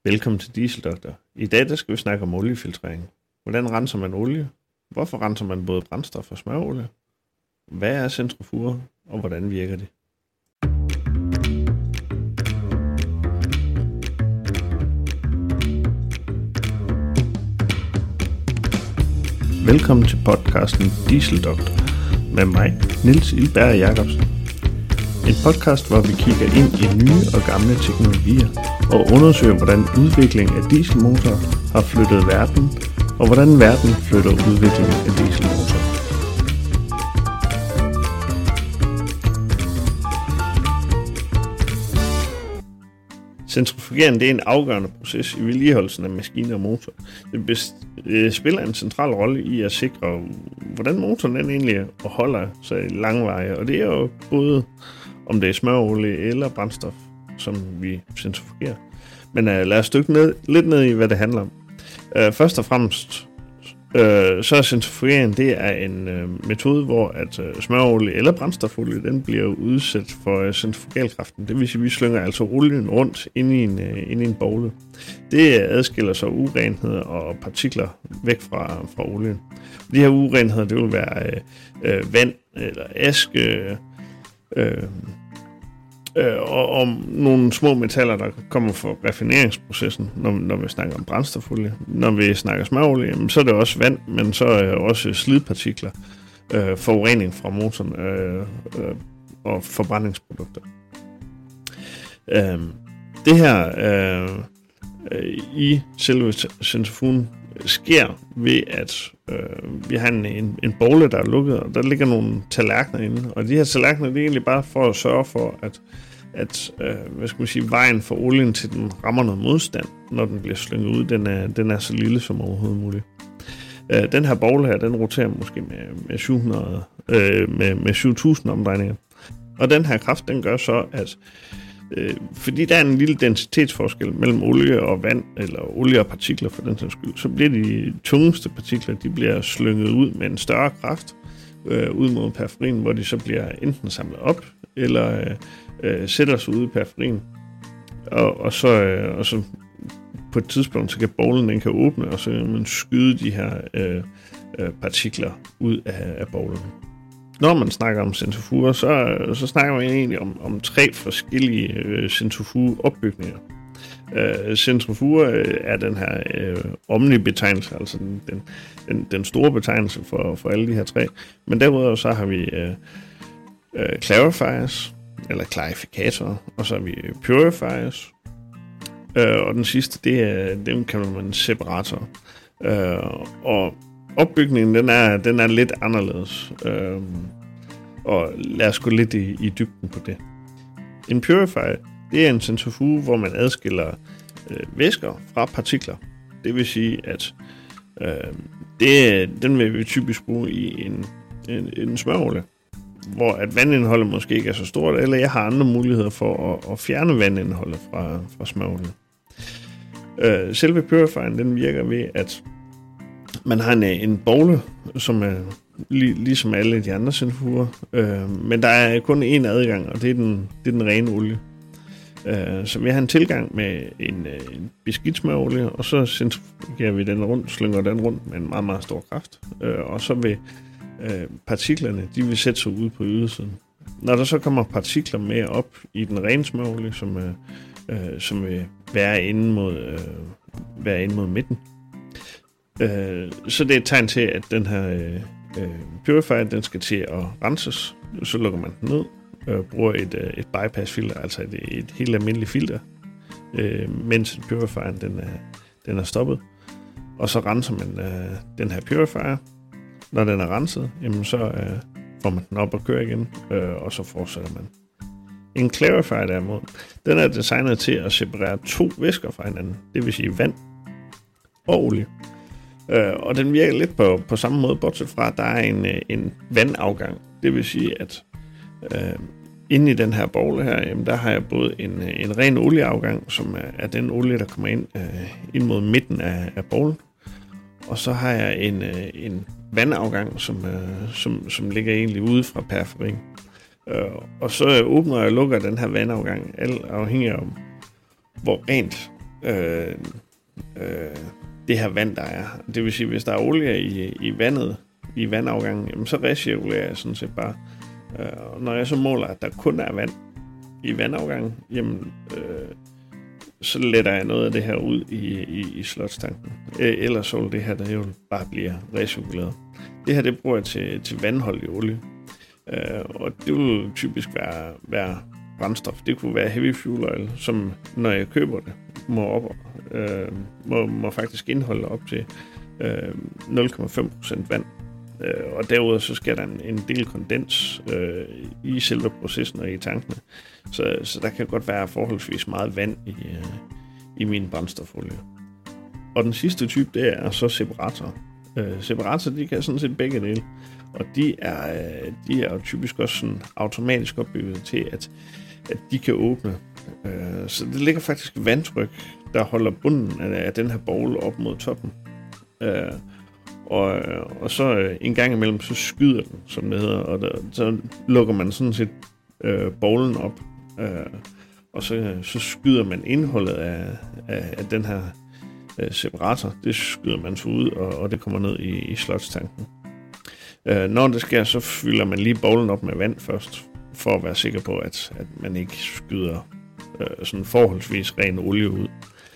Velkommen til Dieseldoktor. I dag der skal vi snakke om oliefiltrering. Hvordan renser man olie? Hvorfor renser man både brændstof og smøreolie? Hvad er centrifuger, og hvordan virker de? Velkommen til podcasten Dieseldoktor med mig, Niels Ilberg Jacobsen. En podcast, hvor vi kigger ind i nye og gamle teknologier og undersøger, hvordan udviklingen af dieselmotorer har flyttet verden, og hvordan verden flytter udviklingen af dieselmotorer. Centrifugering det er en afgørende proces i vedligeholdelsen af maskiner og motorer. Det spiller en central rolle i at sikre, hvordan motoren den egentlig holder sig langvarigt, og det er jo både om det er smøreolie eller brændstof, som vi centrifugerer. Men lad os dykke lidt ned i, hvad det handler om. Først og fremmest, så er centrifugering, det er en metode, hvor at smøreolie eller brændstofolie, den bliver udsat for centrifugalkraften. Det vil sige, at vi slynger altså olien rundt ind i en bogle. Det adskiller så urenheder og partikler væk fra olien. De her urenheder, det vil være vand eller aske, og nogle små metaller, der kommer fra raffineringsprocessen, når vi snakker om brændstofolie. Når vi snakker smøreolie, så er det også vand, men så er også slidpartikler, forurening fra motoren og forbrændingsprodukter. Det her i selve centrifugen sker ved, at vi har en bogle, der er lukket, og der ligger nogle tallerkener inde. Og de her tallerkener, det er egentlig bare for at sørge for, at vejen for olien til den rammer noget modstand, når den bliver slynget ud, den er så lille som overhovedet muligt. Den her bogle her, den roterer måske med 700, med 7000 omdrejninger. Og den her kraft, den gør så, at fordi der er en lille densitetsforskel mellem olie og vand, eller olie og partikler for den sags skyld, så bliver de tungeste partikler, de bliver slynget ud med en større kraft ud mod periferien, hvor de så bliver enten samlet op, eller sætter sig ude i periferien. Og så på et tidspunkt, så kan bowlen den kan åbne, og så kan man skyde de her partikler ud af bowlen. Når man snakker om centrifuger, så snakker man egentlig om tre forskellige centrifugeopbygninger. Centrifuger er den her omni-betegnelse, altså den store betegnelse for alle de her tre. Men derudover så har vi clarifiers, eller klarifikatorer, og så har vi purifiers. Og den sidste, dem kan man separator. Og opbygningen, den er lidt anderledes, og lad os gå lidt i dybden på det. En purifier, det er en centrifuge, hvor man adskiller væsker fra partikler. Det vil sige, at den vil vi typisk bruge i en smøreolie, hvor at vandindholdet måske ikke er så stort, eller jeg har andre muligheder for at fjerne vandindholdet fra smøreolie. Selve purifieren, den virker ved, at man har en bogle, som er ligesom alle de andre centrifuger, men der er kun én adgang, og det er den rene olie. Så vi har en tilgang med en beskidt smøreolie, og så centrifugerer vi den rundt, slynger den rundt med en meget, meget stor kraft, og så vil partiklerne, de vil sætte sig ude på ydersiden. Når der så kommer partikler med op i den rene smøreolie, som vil være inde mod midten, så det er et tegn til, at den her purifier, den skal til at renses. Så lukker man den ned, bruger et bypass-filter, altså et helt almindeligt filter, mens purifieren den er stoppet. Og så renser man den her purifier. Når den er renset, jamen så får man den op og kører igen, og så fortsætter man. En clarifier derimod, den er designet til at separere to væsker fra hinanden, det vil sige vand og olie. Og den virker lidt på samme måde, bortset fra, at der er en vandafgang. Det vil sige, at inde i den her bogle her, jamen, der har jeg både en ren olieafgang, som er den olie, der kommer ind mod midten af bowlen. Og så har jeg en vandafgang, som ligger egentlig ude fra periferien. Og så åbner og lukker den her vandafgang, alt afhængig af hvor rent det her vand, der er. Det vil sige, hvis der er olie i vandet, i vandafgangen, jamen, så recirkulerer jeg sådan set bare. Når jeg så måler, at der kun er vand i vandafgangen, jamen, så letter jeg noget af det her ud i slotstanken. Ellers så vil det her, der jo bare bliver recirkuleret. Det her, det bruger jeg til vandholdig olie. Og det vil typisk være brændstof. Det kunne være heavy fuel oil, som når jeg køber det, må faktisk indeholde op til 0,5% vand. Og derudover så skal der en del kondens i selve processen og i tankene. Så der kan godt være forholdsvis meget vand i min brændstofolie. Og den sidste type, det er så separatorer. Separatorer, de kan sådan set begge dele. Og de er jo typisk også sådan automatisk opbygget til, at de kan åbne. Så det ligger faktisk vandtryk, der holder bunden af den her bowl op mod toppen. Og så en gang imellem, så skyder den, som det hedder, og så lukker man sådan set bowlen op, og så skyder man indholdet af den her separator. Det skyder man så ud, og det kommer ned i slotstanken. Når det sker, så fylder man lige bowlen op med vand først, for at være sikker på, at man ikke skyder sådan forholdsvis ren olie ud.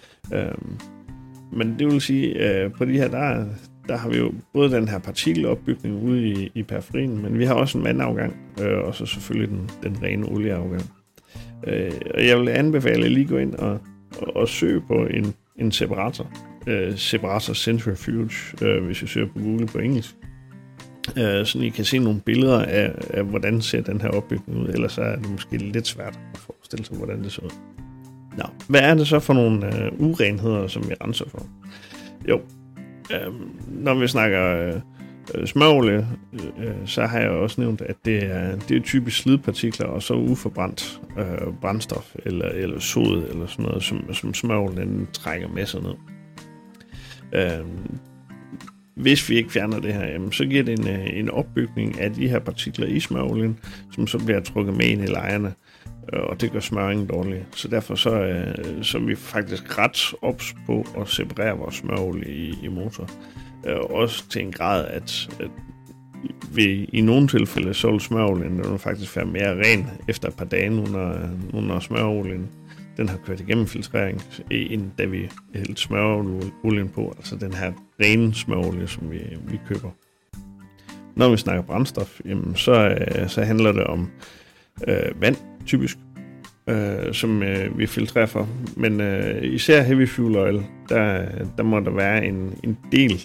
Men det vil sige, på de her, der har vi jo både den her partikelopbygning ude i periferien, men vi har også en vandafgang, og så selvfølgelig den rene olieafgang. Og jeg vil anbefale at lige gå ind og søge på en separator. Separator centrifuge, hvis jeg søger på Google på engelsk. Så I kan se nogle billeder af hvordan ser den her opbygning ud. Ellers er det måske lidt svært at forestille sig, hvordan det ser ud. Nå, hvad er det så for nogle urenheder, som vi renser for? Jo, når vi snakker smørolie, så har jeg også nævnt, at det er typisk slidpartikler og så uforbrændt brændstof eller sod eller sådan noget, som smørolien trækker med sig ned. Hvis vi ikke fjerner det her, jamen, så giver det en opbygning af de her partikler i smørolien, som så bliver trukket med ind i lejerne, og det gør smøringen dårlig. Så derfor så er vi faktisk ret ops på at separere vores smørolie i motor. Også til en grad, at vi i nogle tilfælde så vil smørolien den faktisk være mere ren efter et par dage, nu når smørolien den har kørt igennem filtrering, inden da vi hældte smørolien på, altså den her rene smørolie, som vi køber. Når vi snakker brændstof, jamen, så handler det om vand, typisk, som vi filtrerer for. Men især heavy fuel oil, der må der være en del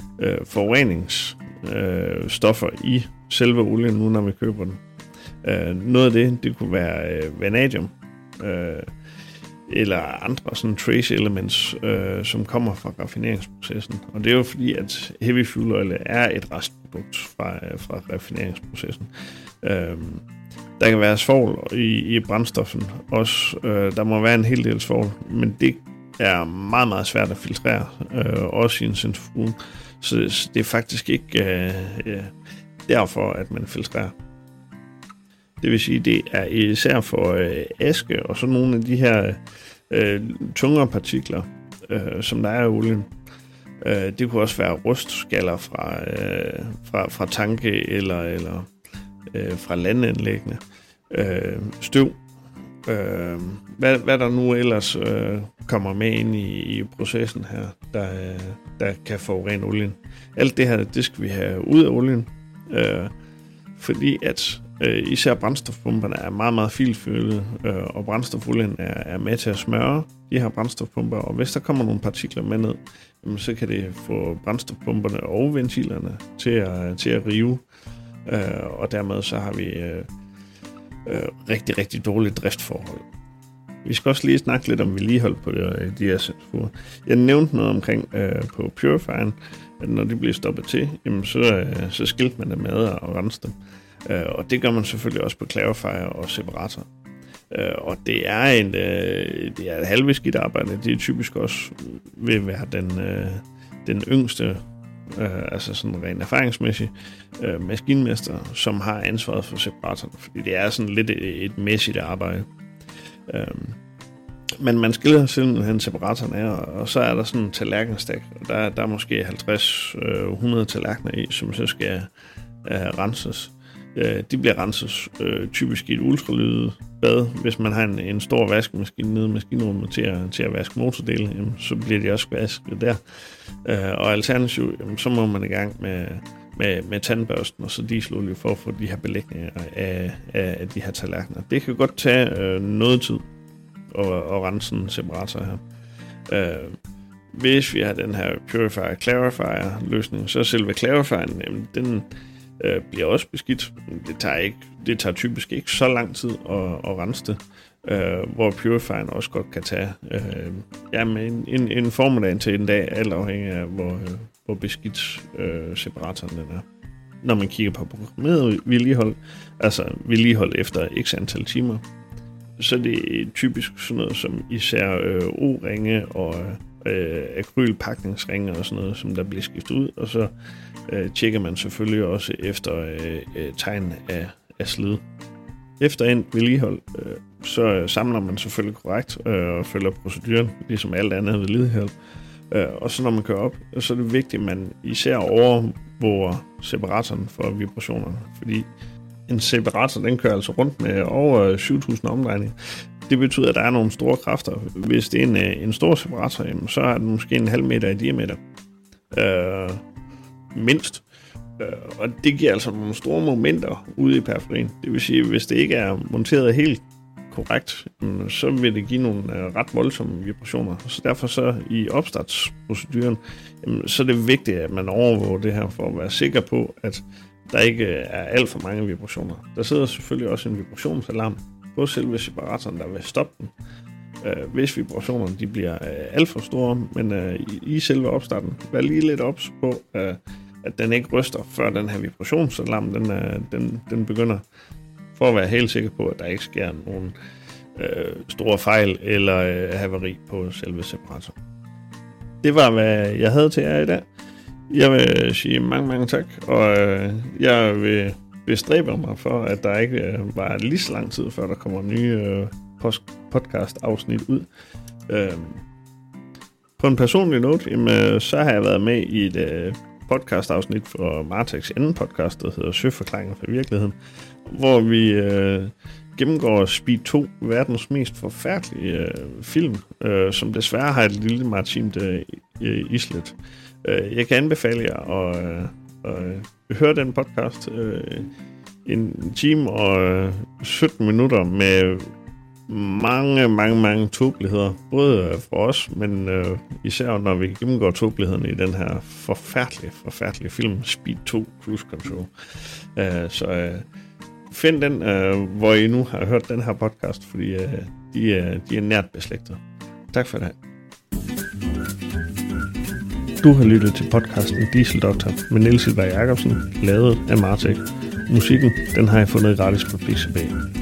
forureningsstoffer i selve olien, nu når vi køber den. Noget af det kunne være vanadium, eller andre sådan trace elements, som kommer fra raffineringsprocessen. Og det er jo fordi, at heavy fuel oil er et restprodukt fra raffineringsprocessen. Der kan være svovl i brændstoffen også. Der må være en hel del svovl, men det er meget, meget svært at filtrere, også i en centrifuge. Så det er faktisk ikke derfor, at man filtrerer. Det vil sige, det er især for aske og så nogle af de her tungere partikler, som der er i olien. Det kunne også være rustskaller fra tanke eller fra landanlæggene. Støv. Hvad der nu ellers kommer med ind i processen her, der kan forurene olien. Alt det her, det skal vi have ud af olien, fordi at især brændstofpumperne er meget, meget filfølede, og brændstofolien er med til at smøre de her brændstofpumper, og hvis der kommer nogle partikler med ned, så kan det få brændstofpumperne og ventilerne til at rive, og dermed så har vi rigtig, rigtig dårlige driftsforhold. Vi skal også lige snakke lidt om vedligehold på de her centrifuger. Jeg nævnte noget omkring på purifieren, at når de bliver stoppet til, jamen så skilte man dem med og renser dem. Og det gør man selvfølgelig også på clarifier og separator. Og det er et halvbeskidt arbejde. Det er typisk også vil være den yngste, altså sådan rent erfaringsmæssigt, maskinmester, som har ansvaret for separatorerne, fordi det er sådan lidt et mæssigt arbejde. Men man skiller simpelthen separatoren af, og så er der sådan en tallerkenstak, og der er måske 50-100 tallerkener i, som så skal renses. De bliver renset typisk i et ultralydbad. Hvis man har en stor vaskemaskine nede i maskinrummet til at vaske motordele, jamen, så bliver de også vasket der. Og alternativt, så må man i gang med tandbørsten og så dieselolie for at få de her belægninger af de her tallerkener. Det kan godt tage noget tid at rense en separator her. Hvis vi har den her Purifier-Clarifier løsning, så selve Clarifieren, den bliver også beskidt. Det tager typisk ikke så lang tid at rense det, hvor Purifieren også godt kan tage en formiddag til en dag, alt afhængig af hvor beskidt separatoren den er. Når man kigger på programmeret vedligehold, altså vedligehold efter x antal timer, så er det typisk sådan noget som især O-ringe og akrylpakningsringe og sådan noget, som der bliver skiftet ud, og så tjekker man selvfølgelig også efter tegn af slid. Efter endt vedligehold, så samler man selvfølgelig korrekt og følger proceduren, ligesom alt andet vedligehold. Og så når man kører op, så er det vigtigt, at man især overvåger separatoren for vibrationerne, fordi en separator, den kører altså rundt med over 7.000 omdrejninger. Det betyder, at der er nogle store kræfter. Hvis det er en stor separator, så er den måske en halv meter i diameter. Mindst. Og det giver altså nogle store momenter ude i periferien. Det vil sige, at hvis det ikke er monteret helt korrekt, så vil det give nogle ret voldsomme vibrationer. Så derfor så i opstartsproceduren, så er det vigtigt, at man overvåger det her for at være sikker på, at der ikke er alt for mange vibrationer. Der sidder selvfølgelig også en vibrationsalarm på selve separatoren, der vil stoppe den. Hvis vibrationerne de bliver alt for store, men i selve opstarten, vær lige lidt ops på, at den ikke ryster, før den her vibrationsalarm den begynder, for at være helt sikker på, at der ikke sker nogen store fejl eller havari på selve separatoren. Det var, hvad jeg havde til jer i dag. Jeg vil sige mange tak, og jeg vil bestræbe mig for, at der ikke var lige så lang tid, før der kommer nye podcast-afsnit ud. På en personlig note, så har jeg været med i et podcast-afsnit for Martechs anden podcast, der hedder Søforklaringer fra virkeligheden, hvor vi gennemgår Speed 2, verdens mest forfærdelige film, som desværre har et lille maritimt islet. Jeg kan anbefale jer at høre den podcast en time og 17 minutter med mange tåbeligheder, både for os, men især når vi gennemgår tåbelighederne i den her forfærdelige film Speed 2 Cruise Control. Så find den, hvor I nu har hørt den her podcast, fordi de er nært beslægtet. Tak for det. Du har lyttet til podcasten Diesel Doctor med Niels Silberg Jacobsen, lavet af Martech. Musikken, den har jeg fundet gratis på Pixabay.